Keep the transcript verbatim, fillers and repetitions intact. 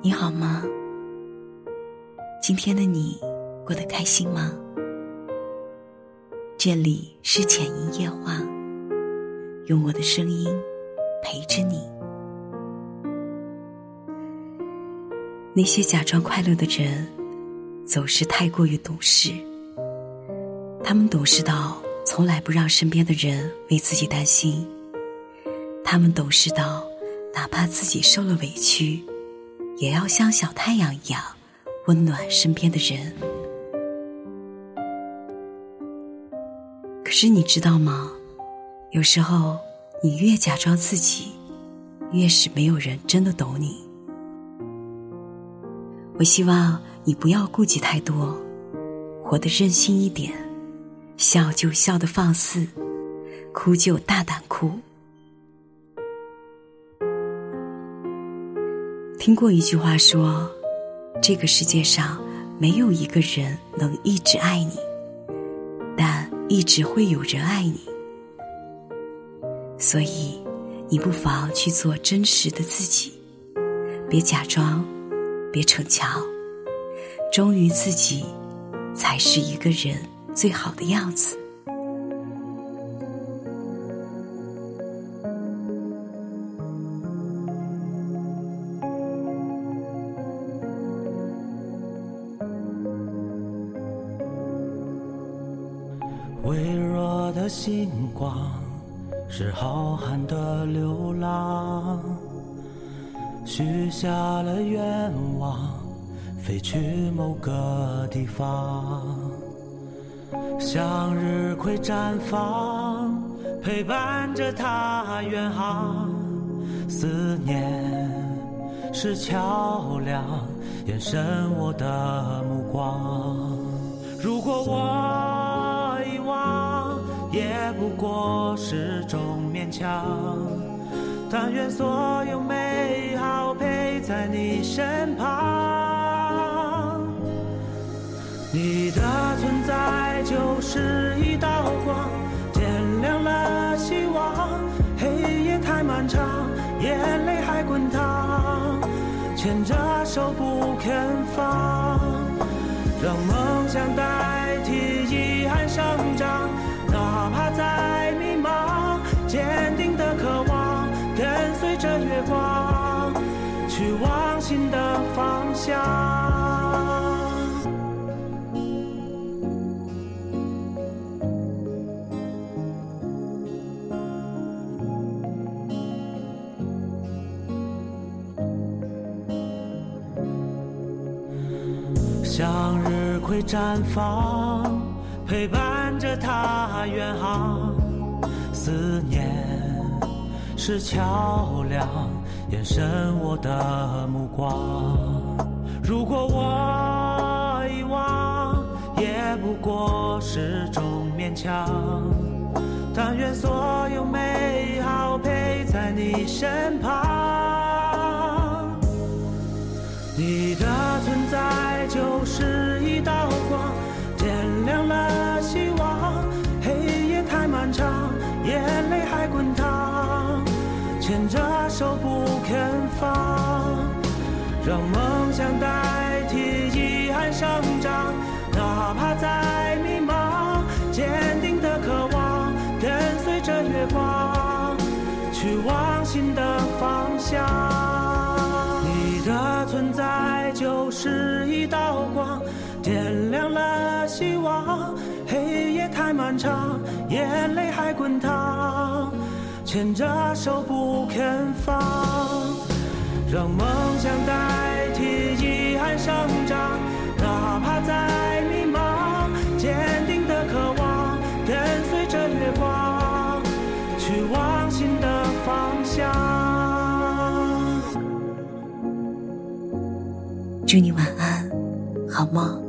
你好吗？今天的你过得开心吗？这里是浅音夜话，用我的声音陪着你。那些假装快乐的人总是太过于懂事，他们懂事到从来不让身边的人为自己担心，他们懂事到哪怕自己受了委屈，也要像小太阳一样温暖身边的人。可是你知道吗？有时候你越假装自己，越是没有人真的懂你。我希望你不要顾忌太多，活得任性一点，笑就笑得放肆，哭就大胆哭。听过一句话说，这个世界上没有一个人能一直爱你，但一直会有人爱你。所以你不妨去做真实的自己，别假装，别逞强，忠于自己才是一个人最好的样子。 微弱的星光是浩瀚的流浪，许下了愿望，飞去某个地方，向日葵绽放，陪伴着它远航。思念是桥梁，延伸我的目光。如果我遗忘，也不过是种勉强，但愿所有美好陪在你身旁。你的存在就是一道光，点亮了希望。黑夜太漫长，眼泪还滚烫，牵着手不肯放，让梦想代替遗憾生长。哪怕再迷茫，坚定的渴望，跟随着月光，去往新的方向。向日葵绽放，陪伴着它远航。思念是桥梁，延伸我的目光。如果我遗忘，也不过是种勉强，但愿所有美好陪在你身旁。你的存在就是一道光，点亮了希望。黑夜太漫长，眼泪还滚烫，牵着手不肯放，让梦想代替遗憾生长。哪怕再迷茫，坚定的渴望，跟随着月光，去往新的方向。你的存在就是一道光，点亮了希望。黑夜太漫长，眼泪还滚烫，牵着手不肯放，让梦想代替遗憾生长。哪怕再迷茫，坚定的渴望，跟随着月光，去往新的方向。 祝你晚安，好梦。